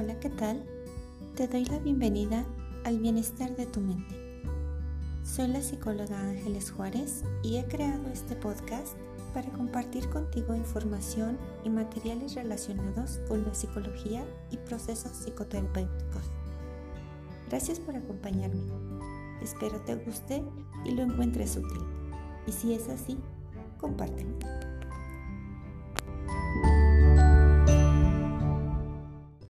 Hola, ¿qué tal? Te doy la bienvenida al bienestar de tu mente. Soy la psicóloga Ángeles Juárez y he creado este podcast para compartir contigo información y materiales relacionados con la psicología y procesos psicoterapéuticos. Gracias por acompañarme. Espero te guste y lo encuentres útil. Y si es así, compártelo.